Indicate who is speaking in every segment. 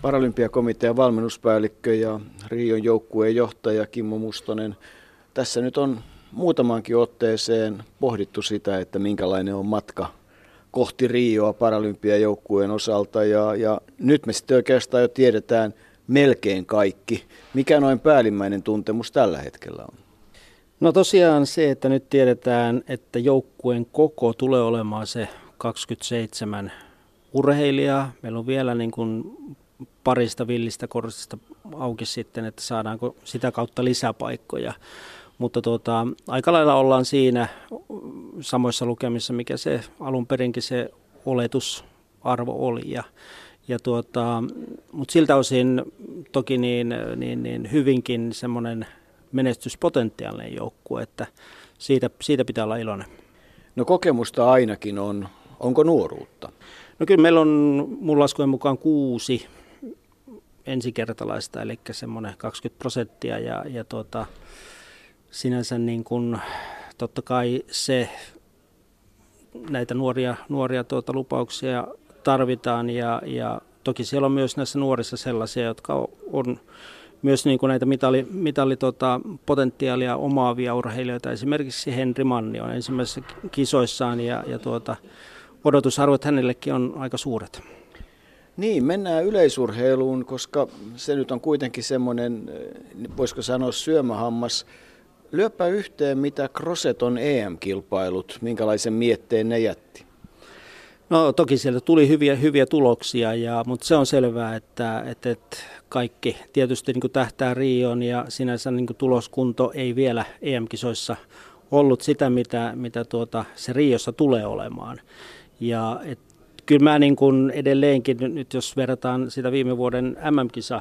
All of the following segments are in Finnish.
Speaker 1: Paralympiakomitean valmennuspäällikkö ja Rion joukkueen johtaja Kimmo Mustonen. Tässä nyt on muutamankin otteeseen pohdittu sitä, että minkälainen on matka kohti Rioa Paralympiajoukkueen osalta. Ja nyt me sitten oikeastaan jo tiedetään melkein kaikki. Mikä noin päällimmäinen tuntemus tällä hetkellä on?
Speaker 2: No tosiaan se, että nyt tiedetään, että joukkueen koko tulee olemaan se 27 urheilijaa. Meillä on vielä niin kuin parista villistä kortista auki sitten, että saadaanko sitä kautta lisäpaikkoja. Mutta aika lailla ollaan siinä samoissa lukemissa, mikä se alun perinkin se oletusarvo oli. Mutta siltä osin toki niin hyvinkin semmoinen menestyspotentiaalinen joukkue, että siitä pitää olla iloinen.
Speaker 1: No kokemusta ainakin on. Onko nuoruutta?
Speaker 2: No kyllä meillä on mun laskujen mukaan 6 ensikertalaista, eli semmoinen 20%. Ja sinänsä niin kuin, totta kai näitä nuoria lupauksia tarvitaan ja toki siellä on myös näissä nuorissa sellaisia, jotka on myös niin kuin näitä potentiaalia omaavia urheilijoita. Esimerkiksi Henri Manni on ensimmäisissä kisoissaan ja odotusarvot hänellekin on aika suuret.
Speaker 1: Niin, mennään yleisurheiluun, koska se nyt on kuitenkin semmoinen, voisiko sanoa syömähammas. Lyöpä yhteen, mitä Crosseton EM-kilpailut, minkälaisen mietteen ne jätti?
Speaker 2: No toki sieltä tuli hyviä tuloksia, mutta se on selvää, että kaikki tietysti niin kuin tähtää Rioon ja sinänsä niin kuin tuloskunto ei vielä EM-kisoissa ollut sitä, mitä se Riossa tulee olemaan. Ja kyllä mä niin kuin edelleenkin, nyt jos verrataan sitä viime vuoden MM-kisa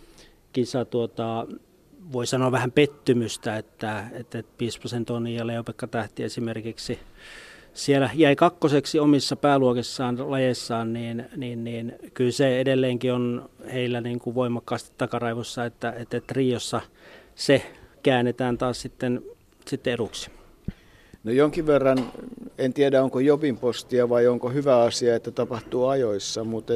Speaker 2: voi sanoa vähän pettymystä, että Pispasen Toni ja Leo-Pekka Tähti esimerkiksi siellä jäi kakkoseksi omissa pääluokissaan lajeissaan, niin kyllä se edelleenkin on heillä niin kuin voimakkaasti takaraivossa, että Riossa se käännetään taas sitten eduksi.
Speaker 1: No jonkin verran, en tiedä onko jobinpostia vai onko hyvä asia, että tapahtuu ajoissa, mutta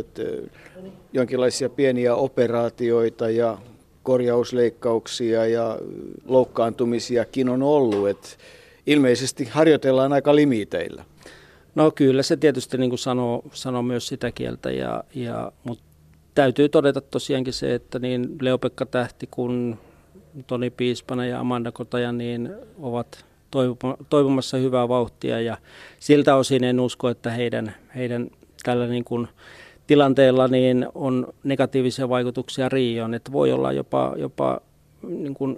Speaker 1: jonkinlaisia pieniä operaatioita ja korjausleikkauksia ja loukkaantumisiakin on ollut, että ilmeisesti harjoitellaan aika limiteillä.
Speaker 2: No kyllä se tietysti niin kuin sanoo myös sitä kieltä, mutta täytyy todeta tosiaankin se, että niin Leo-Pekka Tähti kuin Toni Piispanen ja Amanda Kotaja niin ovat toivomassa hyvää vauhtia ja siltä osin en usko, että heidän tällä niin kuin tilanteella niin on negatiivisia vaikutuksia Rioon, että voi olla jopa niin kuin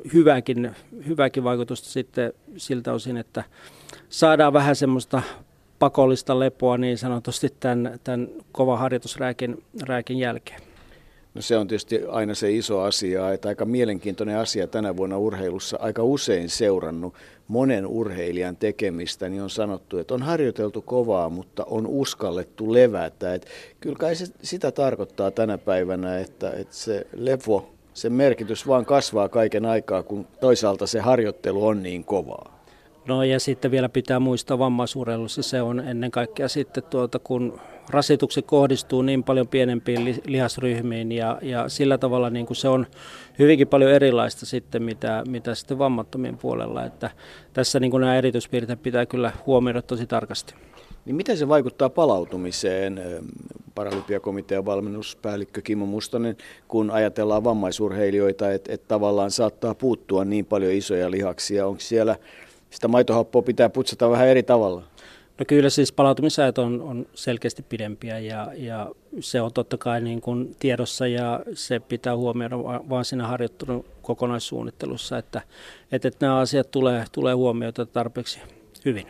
Speaker 2: hyväkin vaikutusta sitten siltä osin, että saadaan vähän semmoista pakollista lepoa niin sanotusti tämän kovan harjoitusrääkin jälkeen.
Speaker 1: No se on tietysti aina se iso asia, että aika mielenkiintoinen asia tänä vuonna urheilussa. Aika usein seurannut monen urheilijan tekemistä, niin on sanottu, että on harjoiteltu kovaa, mutta on uskallettu levätä. Että kyllä kai se sitä tarkoittaa tänä päivänä, että se levo, sen merkitys vaan kasvaa kaiken aikaa, kun toisaalta se harjoittelu on niin kovaa.
Speaker 2: No ja sitten vielä pitää muistaa vammaisurheilussa, se on ennen kaikkea sitten kun rasitukset kohdistuu niin paljon pienempiin lihasryhmiin ja sillä tavalla niin kuin se on hyvinkin paljon erilaista sitten mitä sitten vammattomien puolella, että tässä niin kuin nämä erityispiirteet pitää kyllä huomioida tosi tarkasti.
Speaker 1: Niin miten se vaikuttaa palautumiseen, Paralympiakomitean valmennuspäällikkö Kimmo Mustonen, kun ajatellaan vammaisurheilijoita, että tavallaan saattaa puuttua niin paljon isoja lihaksia, onko siellä sitä maitohappoa pitää putsata vähän eri tavalla?
Speaker 2: No kyllä siis palautumisajat on selkeästi pidempiä ja se on totta kai niin kuin tiedossa ja se pitää huomioida vaan siinä harjoittelun kokonaissuunnittelussa, että nämä asiat tulee huomioida tarpeeksi hyvin.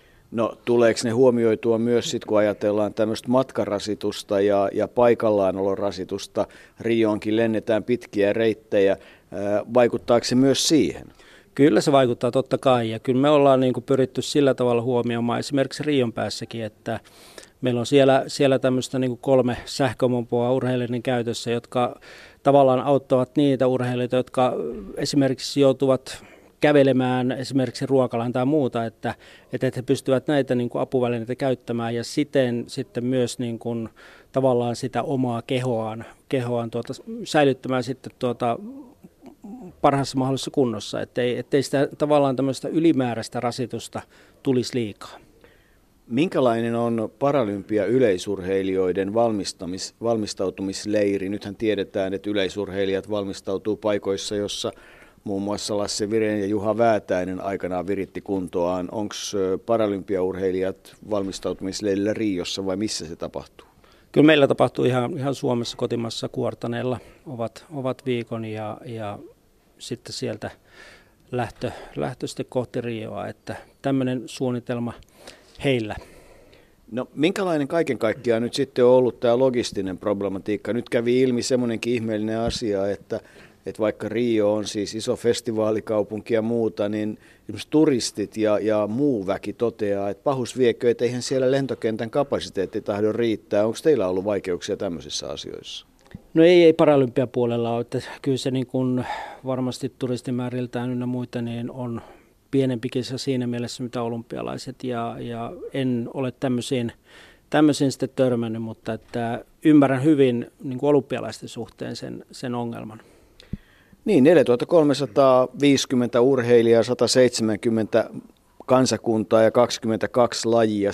Speaker 1: No tuleeko ne huomioitua myös sitten, kun ajatellaan tämmöistä matkarasitusta ja paikallaanolorasitusta, Rioonkin lennetään pitkiä reittejä, vaikuttaako se myös siihen?
Speaker 2: Kyllä se vaikuttaa totta kai ja kyllä me ollaan niin kuin pyritty sillä tavalla huomioimaan esimerkiksi Rion päässäkin, että meillä on siellä tämmöistä niin kuin 3 sähkömompoa urheilijoiden käytössä, jotka tavallaan auttavat niitä urheilijoita, jotka esimerkiksi joutuvat kävelemään esimerkiksi ruokalaan tai muuta, että he pystyvät näitä niin kuin apuvälineitä käyttämään ja siten sitten myös niin kuin tavallaan sitä omaa kehoaan säilyttämään sitten parhaassa mahdollisessa kunnossa, ettei sitä tavallaan tämmöistä ylimääräistä rasitusta tulisi liikaa.
Speaker 1: Minkälainen on paralympia-yleisurheilijoiden valmistautumisleiri? Nythän tiedetään, että yleisurheilijat valmistautuu paikoissa, jossa muun muassa Lasse Viren ja Juha Väätäinen aikanaan viritti kuntoaan. Onko paralympiaurheilijat valmistautumisleirillä Riossa vai missä se tapahtuu?
Speaker 2: Kyllä meillä tapahtuu ihan Suomessa kotimassa Kuortaneella ovat viikon ja sitten sieltä lähtö sitten kohti Rioa, että tämmöinen suunnitelma heillä.
Speaker 1: No minkälainen kaiken kaikkiaan nyt sitten on ollut tämä logistinen problematiikka? Nyt kävi ilmi semmoinenkin ihmeellinen asia, että vaikka Rio on siis iso festivaalikaupunki ja muuta, niin esimerkiksi turistit ja muu väki toteaa, että pahus viekö, että eihän siellä lentokentän kapasiteetti tahdo riittää. Onko teillä ollut vaikeuksia tämmöisissä asioissa?
Speaker 2: No ei paralympiapuolella ole, että kyllä se niin kuin varmasti turistimääriltään ynnä muita niin on pienempi kisa siinä mielessä, mitä olympialaiset, ja en ole tämmöisiin sitten törmännyt, mutta että ymmärrän hyvin niin kuin olympialaisten suhteen sen ongelman.
Speaker 1: Niin, 4350 urheilijaa, 170 kansakuntaa ja 22 lajia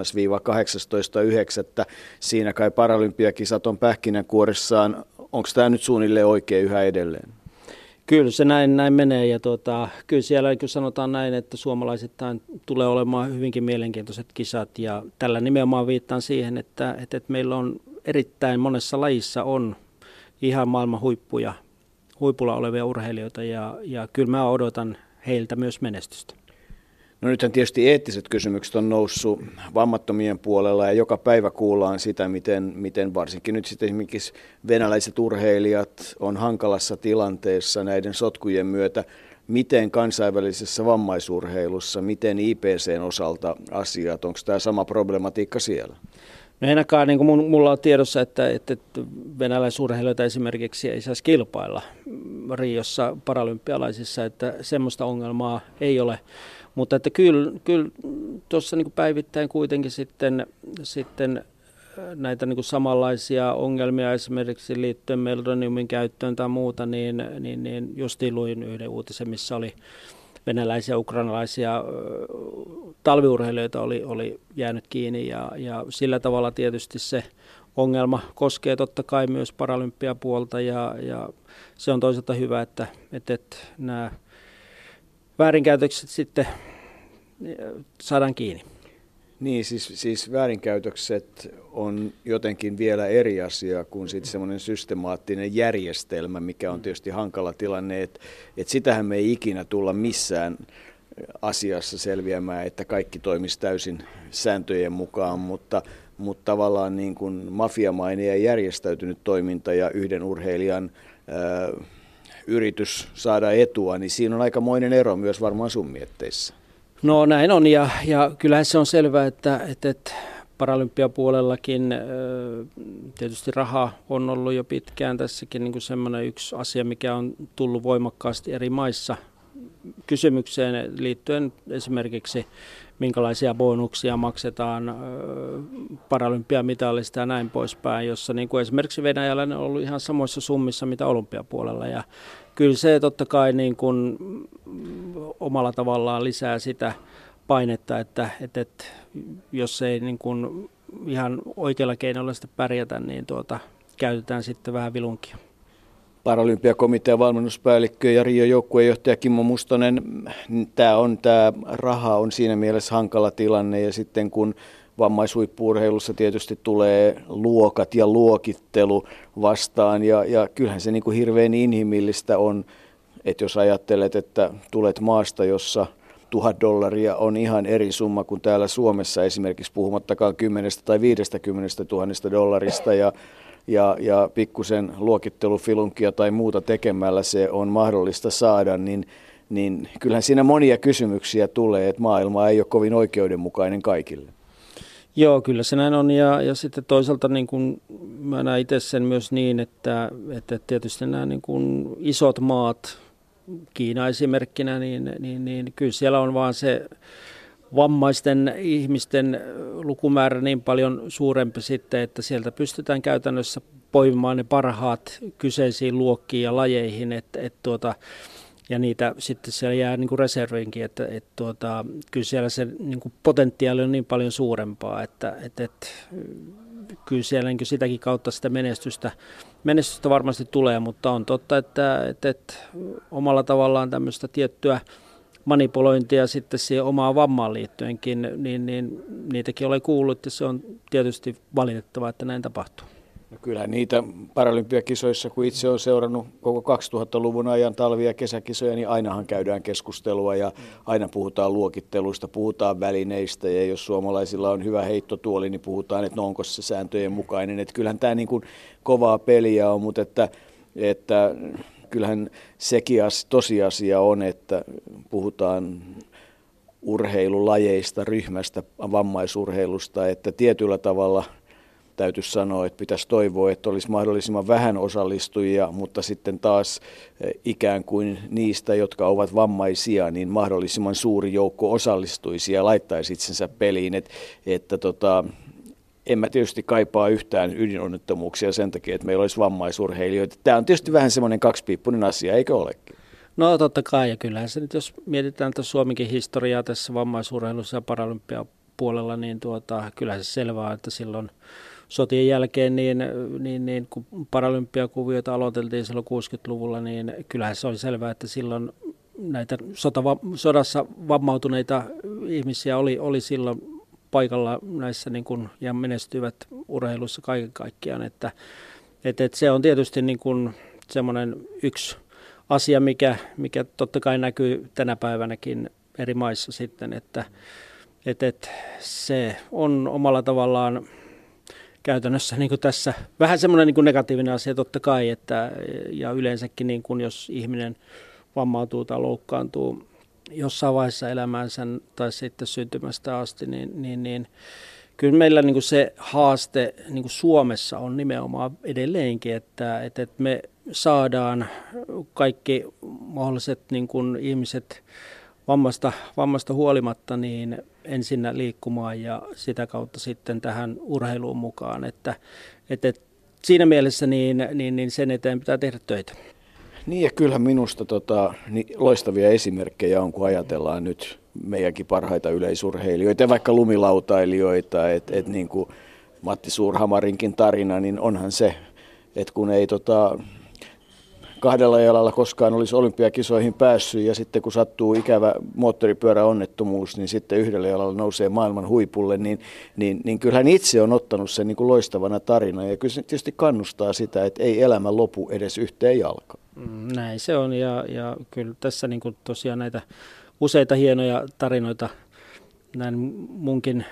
Speaker 1: 7-18.9. Siinä kai paralympiakisat on pähkinänkuoressaan. Onko tämä nyt suunnilleen oikein yhä edelleen?
Speaker 2: Kyllä se näin menee ja kyllä siellä kun sanotaan näin, että suomalaisittain tulee olemaan hyvinkin mielenkiintoiset kisat ja tällä nimenomaan viittaan siihen, että meillä on erittäin monessa lajissa on ihan maailman huipulla olevia urheilijoita ja kyllä mä odotan heiltä myös menestystä.
Speaker 1: No nythän tietysti eettiset kysymykset on noussut vammattomien puolella ja joka päivä kuullaan sitä, miten varsinkin nyt sitten esimerkiksi venäläiset urheilijat on hankalassa tilanteessa näiden sotkujen myötä. Miten kansainvälisessä vammaisurheilussa, miten IPCn osalta asiat, onko tämä sama problematiikka siellä?
Speaker 2: No ainakaan niin kuin mulla on tiedossa, että venäläisurheilijoita esimerkiksi ei saisi kilpailla Riossa paralympialaisissa, että semmoista ongelmaa ei ole. Mutta että kyllä tuossa niin kuin päivittäin kuitenkin sitten näitä niin kuin samanlaisia ongelmia esimerkiksi liittyen meldoniumin käyttöön tai muuta, niin justiin luin yhden uutisen, missä oli venäläisiä ja ukrainalaisia talviurheilijoita oli jäänyt kiinni ja sillä tavalla tietysti se ongelma koskee totta kai myös paralympiapuolta ja se on toisaalta hyvä, että nämä väärinkäytökset sitten saadaan kiinni.
Speaker 1: Niin, siis väärinkäytökset on jotenkin vielä eri asia kuin sitten semmoinen systemaattinen järjestelmä, mikä on tietysti hankala tilanne, että sitähän me ei ikinä tulla missään asiassa selviämään, että kaikki toimisi täysin sääntöjen mukaan, mutta tavallaan niin kuin mafiamainen ja järjestäytynyt toiminta ja yhden urheilijan yritys saada etua, niin siinä on aikamoinen ero myös varmaan sun mietteissä.
Speaker 2: No näin on ja kyllähän se on selvää, että paralympiapuolellakin tietysti raha on ollut jo pitkään tässäkin niin kuin semmoinen yksi asia, mikä on tullut voimakkaasti eri maissa kysymykseen liittyen esimerkiksi minkälaisia bonuksia maksetaan paralympiamitalista ja näin poispäin, jossa niin kuin esimerkiksi Venäjällä on ollut ihan samoissa summissa mitä olympiapuolella ja kyllä se totta kai niin kuin omalla tavallaan lisää sitä painetta, että jos ei niin kuin ihan oikealla keinoilla sitä pärjätä, niin käytetään sitten vähän vilunkia.
Speaker 1: Paralympiakomitean valmennuspäällikkö ja Rion joukkuejohtaja Kimmo Mustonen, tämä raha on siinä mielessä hankala tilanne ja sitten kun vammaishuippu-urheilussa tietysti tulee luokat ja luokittelu vastaan ja kyllähän se niin kuin hirveän inhimillistä on, että jos ajattelet, että tulet maasta, jossa $1,000 on ihan eri summa kuin täällä Suomessa esimerkiksi puhumattakaan 10 tai 50 000 ja pikkusen luokittelufilunkia tai muuta tekemällä se on mahdollista saada, niin kyllähän siinä monia kysymyksiä tulee, että maailma ei ole kovin oikeudenmukainen kaikille.
Speaker 2: Joo, kyllä se näin on ja sitten toisaalta niin kuin mä näen itse sen myös niin, että tietysti nämä niin kuin isot maat, Kiina esimerkkinä, niin kyllä siellä on vaan se vammaisten ihmisten lukumäärä niin paljon suurempi sitten, että sieltä pystytään käytännössä poimimaan ne parhaat kyseisiin luokkiin ja lajeihin, ja niitä sitten siellä jää niin kuin reserviinkin, että kyllä siellä se niin kuin potentiaali on niin paljon suurempaa, että kyllä siellä niin kuin sitäkin kautta sitä menestystä varmasti tulee, mutta on totta, että omalla tavallaan tämmöistä tiettyä manipulointia sitten siihen omaan vammaan liittyenkin, niin niitäkin olen kuullut, ja se on tietysti valitettavaa, että näin tapahtuu.
Speaker 1: No kyllä niitä Paralympiakisoissa, kun itse olen seurannut koko 2000-luvun ajan talvi- ja kesäkisoja, niin ainahan käydään keskustelua ja aina puhutaan luokitteluista, puhutaan välineistä, ja jos suomalaisilla on hyvä heittotuoli, niin puhutaan, että no onko se sääntöjen mukainen. Että kyllähän tämä niin kuin kovaa peliä on, mutta että kyllähän sekin tosiasia on, että puhutaan urheilulajeista, ryhmästä, vammaisurheilusta, että tietyllä tavalla täytyisi sanoa, että pitäisi toivoa, että olisi mahdollisimman vähän osallistujia, mutta sitten taas ikään kuin niistä, jotka ovat vammaisia, niin mahdollisimman suuri joukko osallistuisi ja laittaisi itsensä peliin. En mä tietysti kaipaa yhtään ydinonnettomuuksia sen takia, että meillä olisi vammaisurheilijoita. Tämä on tietysti vähän semmoinen kaksipiippunen asia, eikö olekin?
Speaker 2: No totta kai, ja kyllähän se nyt, jos mietitään tässä Suomenkin historiaa tässä vammaisurheilussa ja paralympiapuolella, niin kyllähän se selvää, että silloin sotien jälkeen, niin kun paralympiakuvioita aloiteltiin silloin 60-luvulla, niin kyllähän se oli selvää, että silloin näitä sodassa vammautuneita ihmisiä oli silloin paikalla näissä niin kuin, ja menestyvät urheilussa kaiken kaikkiaan. Että se on tietysti niin kuin semmoinen yksi asia, mikä totta kai näkyy tänä päivänäkin eri maissa sitten, että se on omalla tavallaan käytännössä niin kuin tässä vähän semmoinen niin kuin negatiivinen asia totta kai, ja yleensäkin niin kuin jos ihminen vammautuu tai loukkaantuu jossain vaiheessa elämäänsä tai sitten syntymästä asti, niin kyllä meillä niin kuin se haaste niin kuin Suomessa on nimenomaan edelleenkin, että me saadaan kaikki mahdolliset niin kuin ihmiset vammasta huolimatta niin ensinnä liikkumaan ja sitä kautta sitten tähän urheiluun mukaan, että siinä mielessä niin sen eteen pitää tehdä töitä.
Speaker 1: Niin ja kyllähän minusta niin loistavia esimerkkejä on, kun ajatellaan nyt meidänkin parhaita yleisurheilijoita ja vaikka lumilautailijoita, että niin kuin Matti Suurhamarinkin tarina, niin onhan se, että kun ei kahdella jalalla koskaan olisi olympiakisoihin päässyt ja sitten kun sattuu ikävä moottoripyöräonnettomuus, niin sitten yhdellä jalalla nousee maailman huipulle, niin kyllähän itse on ottanut sen niin kuin loistavana tarina ja kyllä se tietysti kannustaa sitä, että ei elämä lopu edes yhteen jalkaan.
Speaker 2: Näin se on ja kyllä tässä niin kuin tosiaan näitä useita hienoja tarinoita näin munkin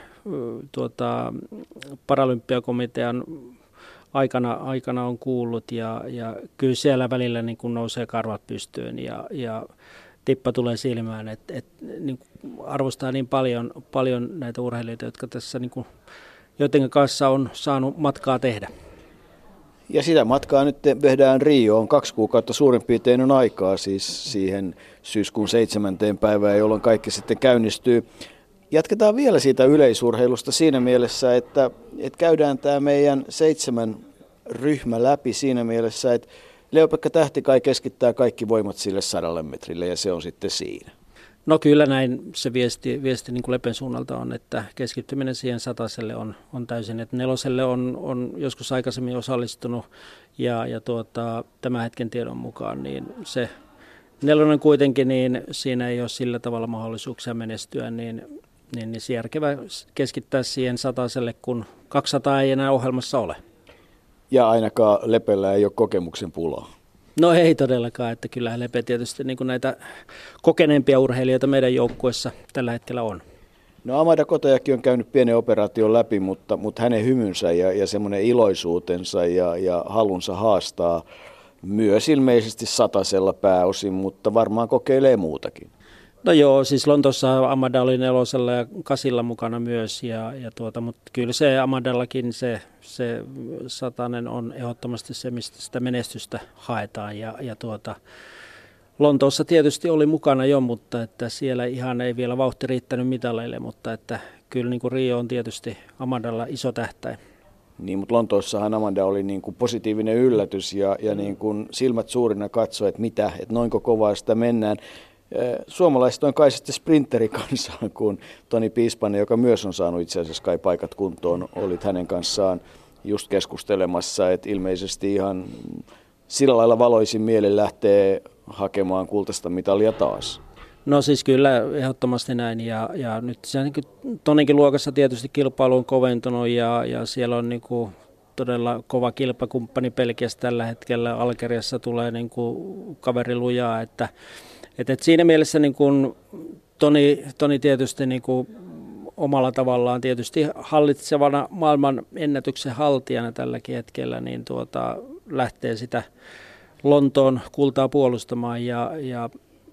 Speaker 2: Paralympiakomitean aikana on kuullut ja kyllä siellä välillä niin kuin nousee karvat pystyyn ja tippa tulee silmään, että niin arvostaa niin paljon näitä urheilijoita, jotka tässä niin kuin, joiden kanssa on saanut matkaa tehdä.
Speaker 1: Ja sitä matkaa nyt tehdään Rioon. 2 kuukautta suurin piirtein on aikaa siis siihen syyskuun 7. päivään, jolloin kaikki sitten käynnistyy. Jatketaan vielä siitä yleisurheilusta siinä mielessä, että käydään tämä meidän 7 ryhmä läpi siinä mielessä, että Leo-Pekka Tähtikai keskittää kaikki voimat sille 100 metrille ja se on sitten siinä.
Speaker 2: No kyllä näin se viesti niin kuin Lepen suunnalta on, että keskittyminen siihen 100 on täysin, että 4 on joskus aikaisemmin osallistunut ja tämän hetken tiedon mukaan niin se 4 kuitenkin, niin siinä ei ole sillä tavalla mahdollisuuksia menestyä, niin se järkevä keskittää siihen 100, kun 200 ei enää ohjelmassa ole.
Speaker 1: Ja ainakaan Lepellä ei ole kokemuksen pulaa.
Speaker 2: No ei todellakaan, että kyllähän Lepe tietysti niin kuin näitä kokeneempia urheilijoita meidän joukkueessa tällä hetkellä on.
Speaker 1: No Amanda Kotajakin on käynyt pienen operaation läpi, mutta hänen hymynsä ja semmoinen iloisuutensa ja halunsa haastaa myös ilmeisesti 100 pääosin, mutta varmaan kokeilee muutakin.
Speaker 2: No joo, siis Lontoossa Amanda oli 4 ja 8 mukana myös, mutta kyllä se Amandallakin se 100 on ehdottomasti se, mistä sitä menestystä haetaan ja Lontoossa tietysti oli mukana jo, mutta että siellä ihan ei vielä vauhti riittänyt mitaleille, mutta että kyllä niin kuin Rio on tietysti Amandalla iso tähtäin.
Speaker 1: Niin, mutta Lontoossahan Amanda oli niin kuin positiivinen yllätys ja niin kuin silmät suurina katsoi, että mitä, että noinko kovaa sitä mennään. Suomalaiset on kai sitten sprinterikansaan, kun Toni Piispanen, joka myös on saanut itse asiassa kai paikat kuntoon, olit hänen kanssaan just keskustelemassa, että ilmeisesti ihan sillä lailla valoisin mielen lähtee hakemaan kultaista mitalia taas.
Speaker 2: No siis kyllä ehdottomasti näin ja nyt se niin Toninkin luokassa tietysti kilpailu on koventunut ja siellä on niin kuin todella kova kilpakumppani Belgiassa tällä hetkellä. Algeriassa tulee niin kuin kaveri lujaa, että siinä mielessä niin kuin Toni tietysti niin kuin omalla tavallaan tietysti hallitsevana maailman ennätyksen haltijana tälläkin hetkellä niin lähtee sitä Lontoon kultaa puolustamaan ja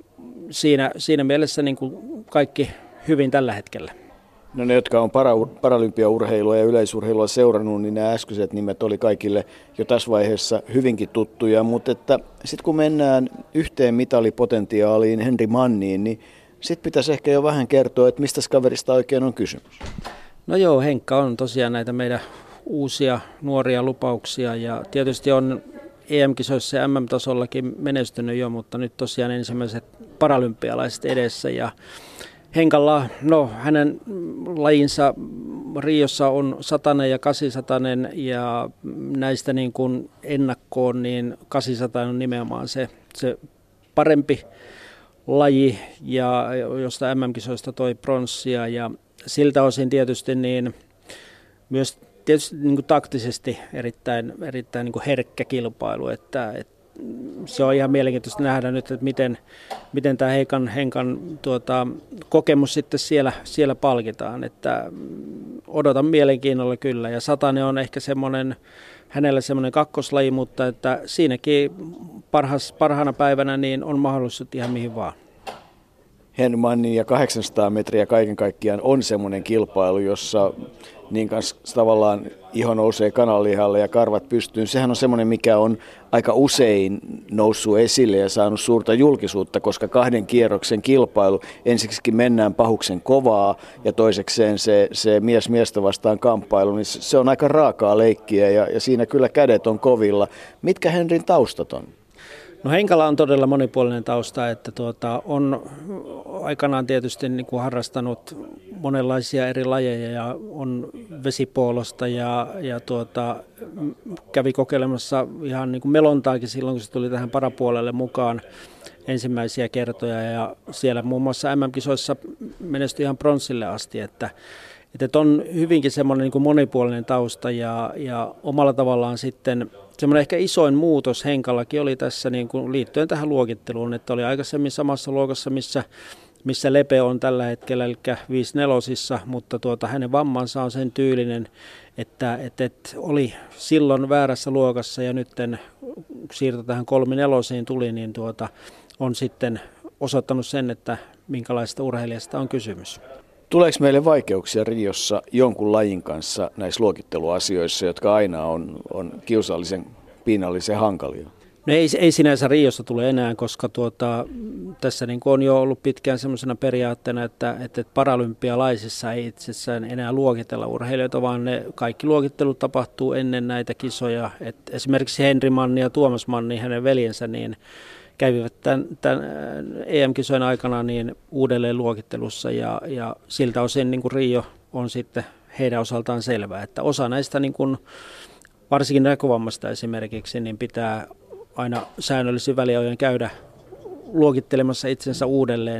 Speaker 2: siinä mielessä niin kuin kaikki hyvin tällä hetkellä.
Speaker 1: No ne, jotka on paralympiaurheilua ja yleisurheilua seurannut, niin nämä äskeiset nimet oli kaikille jo tässä vaiheessa hyvinkin tuttuja, mutta sitten kun mennään yhteen mitalipotentiaaliin Henri Manniin, niin sitten pitäisi ehkä jo vähän kertoa, että mistä kaverista oikein on kysymys.
Speaker 2: No joo, Henkka on tosiaan näitä meidän uusia nuoria lupauksia ja tietysti on EM-kisoissa ja MM-tasollakin menestynyt jo, mutta nyt tosiaan ensimmäiset paralympialaiset edessä ja Henkalla, no hänen lajinsa Riossa on 100 ja 800 ja näistä niin kuin ennakkoon niin 800 on nimenomaan se parempi laji ja josta MM-kisoista toi pronssia ja siltä osin tietysti niin myös tietysti niin kuin taktisesti erittäin niin kuin herkkä kilpailu, että se on ihan mielenkiintoista nähdä nyt, että miten tämä Henkan kokemus sitten siellä palkitaan, että odotan mielenkiinnolla kyllä ja 100 on ehkä hänellä semmoinen kakkoslaji, mutta että siinäkin parhaana päivänä niin on mahdollisuus ihan mihin vaan.
Speaker 1: Henry Mannin ja 800 metriä kaiken kaikkiaan on semmoinen kilpailu, jossa niin kanssa tavallaan iho nousee kananlihalle ja karvat pystyyn. Sehän on semmoinen, mikä on aika usein noussut esille ja saanut suurta julkisuutta, koska 2 kierroksen kilpailu, ensiksikin mennään pahuksen kovaa ja toisekseen se mies miestä vastaan kamppailu, niin se on aika raakaa leikkiä ja siinä kyllä kädet on kovilla. Mitkä Henrin taustat on?
Speaker 2: No Henkalla on todella monipuolinen tausta, että on aikanaan tietysti niin kuin harrastanut monenlaisia eri lajeja ja on vesipoolosta ja kävi kokeilemassa ihan niin kuin melontaakin silloin, kun se tuli tähän parapuolelle mukaan ensimmäisiä kertoja ja siellä muun muassa MM-kisoissa menestyi ihan pronssille asti, että on hyvinkin semmoinen niin kuin monipuolinen tausta ja omalla tavallaan sitten semmoinen ehkä isoin muutos Henkallakin oli tässä niin kuin liittyen tähän luokitteluun, että oli aikaisemmin samassa luokassa, missä Lepe on tällä hetkellä, eli 5-4, mutta hänen vammansa on sen tyylinen, että oli silloin väärässä luokassa ja nyt siirto tähän 3-4 tuli, niin on sitten osoittanut sen, että minkälaista urheilijasta on kysymys.
Speaker 1: Tuleeko meille vaikeuksia Riossa jonkun lajin kanssa näissä luokitteluasioissa, jotka aina on kiusallisen, piinallisen hankalia?
Speaker 2: No ei sinänsä Riossa tule enää, koska tässä niin on jo ollut pitkään semmoisena periaatteena, että paralympialaisissa ei itsessään enää luokitella urheilijoita, vaan ne kaikki luokittelut tapahtuu ennen näitä kisoja. Et esimerkiksi Henri Manni ja Tuomas Manni, hänen veljensä, niin kävivät tämän EM-kisojen aikana niin uudelleen luokittelussa ja siltä osin niin kuin Rio on sitten heidän osaltaan selvää, että osa näistä niin kuin, varsinkin näkövammasta esimerkiksi niin pitää aina säännöllisin väliajoin käydä luokittelemassa itsensä uudelleen,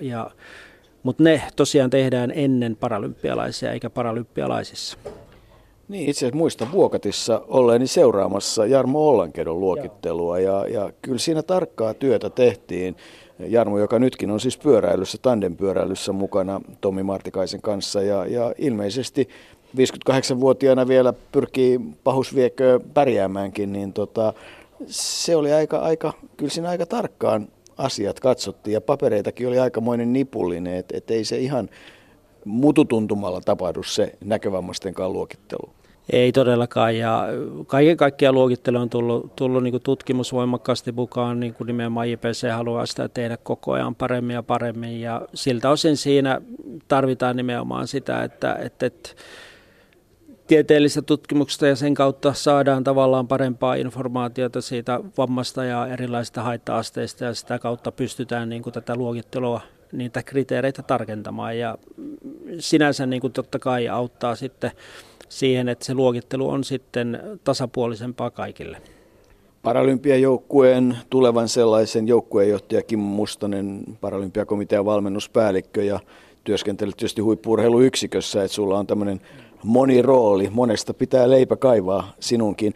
Speaker 2: mutta ne tosiaan tehdään ennen paralympialaisia eikä paralympialaisissa.
Speaker 1: Niin, itse asiassa muistan Vuokatissa olleeni seuraamassa Jarmo Ollankedon luokittelua ja kyllä siinä tarkkaa työtä tehtiin. Jarmo, joka nytkin on siis pyöräilyssä, tandempyöräilyssä mukana Tommi Martikaisen kanssa ja ilmeisesti 58-vuotiaana vielä pyrkii pahusviekö pärjäämäänkin, niin se oli kyllä siinä aika tarkkaan asiat katsottiin ja papereitakin oli aikamoinen nipullinen, että ei se ihan mututuntumalla tapahdu se näkövammaistenkaan luokittelu.
Speaker 2: Ei todellakaan, ja kaiken kaikkiaan luokittelu on tullut niin kuin tutkimus voimakkaasti mukaan, niin kuin nimenomaan IPC haluaa sitä tehdä koko ajan paremmin ja paremmin, ja siltä osin siinä tarvitaan nimenomaan sitä, että tieteellistä tutkimuksesta ja sen kautta saadaan tavallaan parempaa informaatiota siitä vammasta ja erilaisista haitta-asteista, ja sitä kautta pystytään niin kuin tätä luokittelua, niitä kriteereitä tarkentamaan, ja sinänsä niin kuin totta kai auttaa sitten siihen, että se luokittelu on sitten tasapuolisempaa kaikille.
Speaker 1: Paralympiajoukkueen tulevan sellaisen joukkueenjohtaja Kimmo Mustonen, Paralympiakomitean valmennuspäällikkö, ja työskentelet tietysti huippu-urheiluyksikössä, että sulla on tämmöinen monirooli, monesta pitää leipä kaivaa sinunkin.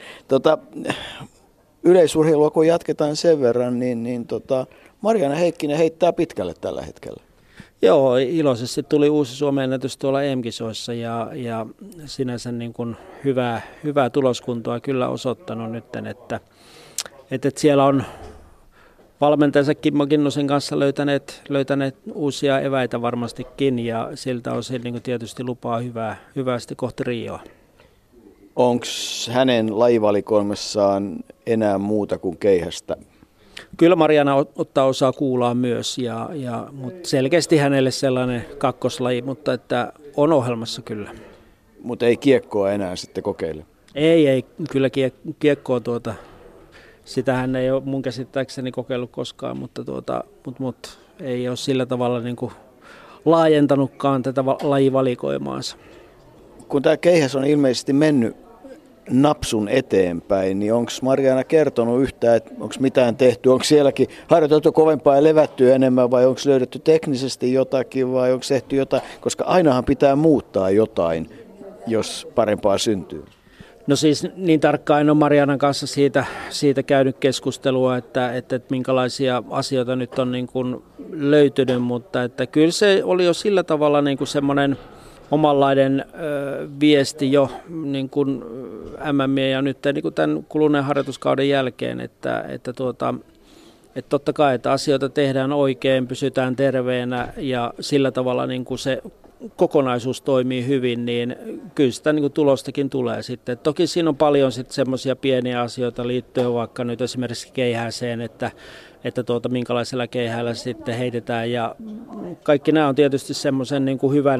Speaker 1: Yleisurheilua kun jatketaan sen verran, niin Marjaana Heikkinen heittää pitkälle tällä hetkellä.
Speaker 2: Joo, iloisesti tuli uusi Suomen ennätys tuolla EM-kisoissa ja sinänsä niin kuin hyvää tuloskuntoa kyllä osoittanut nyt, että siellä on valmentajansa Kimmo Kinnusen kanssa löytäneet uusia eväitä varmastikin, ja siltä osin niin kuin tietysti lupaa hyvästi kohti Rioa.
Speaker 1: Onko hänen lajivalikoimessaan enää muuta kuin keihästä?
Speaker 2: Kyllä Marjaana ottaa osaa kuulaa myös, mutta selkeästi hänelle sellainen kakkoslaji, mutta että on ohjelmassa kyllä.
Speaker 1: Mutta ei kiekkoa enää sitten kokeile?
Speaker 2: Ei, kyllä kiekkoa sitä hän ei ole mun käsittääkseni kokeillut koskaan, mutta ei ole sillä tavalla niin kuin laajentanutkaan tätä lajivalikoimaansa.
Speaker 1: Kun tämä keihäs on ilmeisesti mennyt napsun eteenpäin, niin onko Marjaana kertonut yhtään, että onko mitään tehty? Onko sielläkin harjoiteltu kovempaa ja levätty enemmän, vai onko löydetty teknisesti jotakin, vai onko tehty jotain? Koska ainahan pitää muuttaa jotain, jos parempaa syntyy.
Speaker 2: No siis niin tarkkaan en ole Marjaanan kanssa siitä käynyt keskustelua, että minkälaisia asioita nyt on niin kuin löytynyt, mutta että kyllä se oli jo sillä tavalla niin kuin semmoinen omanlainen viesti jo niin kuin MM ja nyt niin kuin tämän kuluneen harjoituskauden jälkeen, että totta kai, että asioita tehdään oikein, pysytään terveenä ja sillä tavalla niin kuin se kokonaisuus toimii hyvin, niin kyllä sitä niin kuin tulostakin tulee sitten. Toki siinä on paljon sitten semmoisia pieniä asioita liittyen vaikka nyt esimerkiksi keihääseen, että minkälaisella keihäällä sitten heitetään, ja kaikki nämä on tietysti semmoisen niin kuin hyvän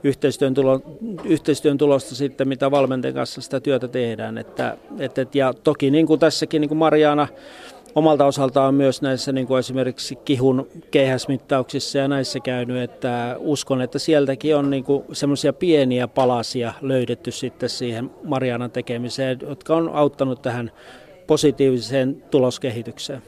Speaker 2: yhteistyön tulosta sitten, mitä valmentajan kanssa sitä työtä tehdään, ja toki niin kuin tässäkin niin kuin Marjaana omalta osaltaan myös näissä niin kuin esimerkiksi kihun keihäsmittauksissa ja näissä käynyt, että uskon, että sieltäkin on niin kuin semmoisia pieniä palasia löydetty sitten siihen Marjaanan tekemiseen, jotka on auttanut tähän positiiviseen tuloskehitykseen.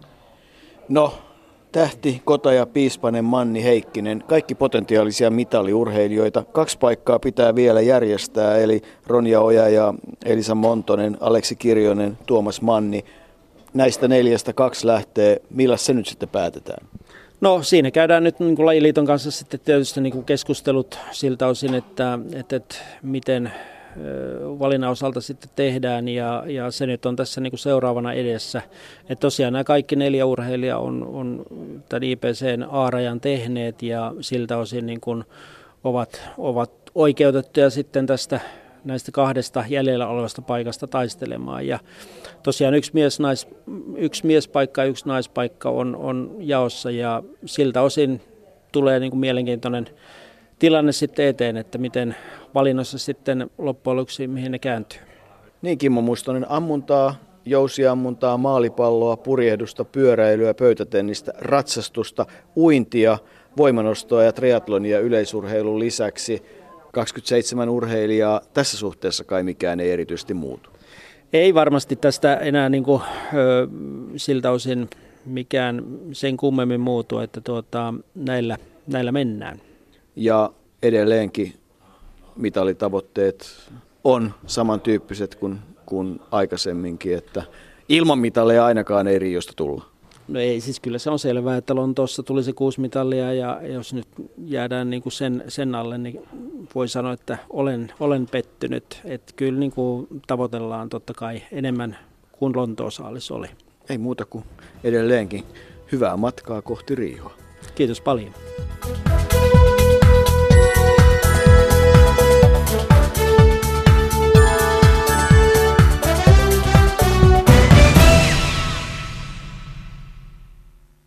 Speaker 1: No, Tähti, Kotaja, Piispanen, Manni, Heikkinen, kaikki potentiaalisia mitaliurheilijoita. 2 paikkaa pitää vielä järjestää, eli Ronja Oja ja Elisa Montonen, Aleksi Kirjonen, Tuomas Manni. Näistä 4 2 lähtee. Millä se nyt sitten päätetään?
Speaker 2: No siinä käydään nyt niin kuin Lajiliiton kanssa sitten tietysti niin kuin keskustelut siltä osin, että miten valinnan osalta sitten tehdään, ja se nyt on tässä niin kuin seuraavana edessä. Että tosiaan nämä kaikki 4 urheilijaa on tämän IPC:n A-rajan tehneet ja siltä osin niin kuin ovat oikeutettuja sitten näistä 2 jäljellä olevasta paikasta taistelemaan. Ja tosiaan yksi miespaikka ja 1 naispaikka on jaossa, ja siltä osin tulee niin kuin mielenkiintoinen tilanne sitten eteen, että miten valinnossa sitten loppujen lopuksi mihin ne kääntyy.
Speaker 1: Niin, Kimmo Mustonen, ammuntaa, jousiammuntaa, maalipalloa, purjehdusta, pyöräilyä, pöytätennistä, ratsastusta, uintia, voimanostoa ja triathlonia yleisurheilun lisäksi. 27 urheilijaa, tässä suhteessa kai mikään ei erityisesti muutu.
Speaker 2: Ei varmasti tästä enää niin kuin, siltä osin mikään sen kummemmin muutu, että näillä mennään.
Speaker 1: Ja edelleenkin mitalitavoitteet on samantyyppiset kuin aikaisemminkin, että ilman mitaleja ainakaan ei Riosta tulla.
Speaker 2: No ei, siis kyllä se on selvää, että Lontoossa tuli se 6 mitalia, ja jos nyt jäädään niin kuin sen alle, niin voi sanoa, että olen pettynyt. Että kyllä niin kuin tavoitellaan totta kai enemmän kuin Lontoosaalis oli.
Speaker 1: Ei muuta kuin edelleenkin hyvää matkaa kohti Rioa.
Speaker 2: Kiitos paljon.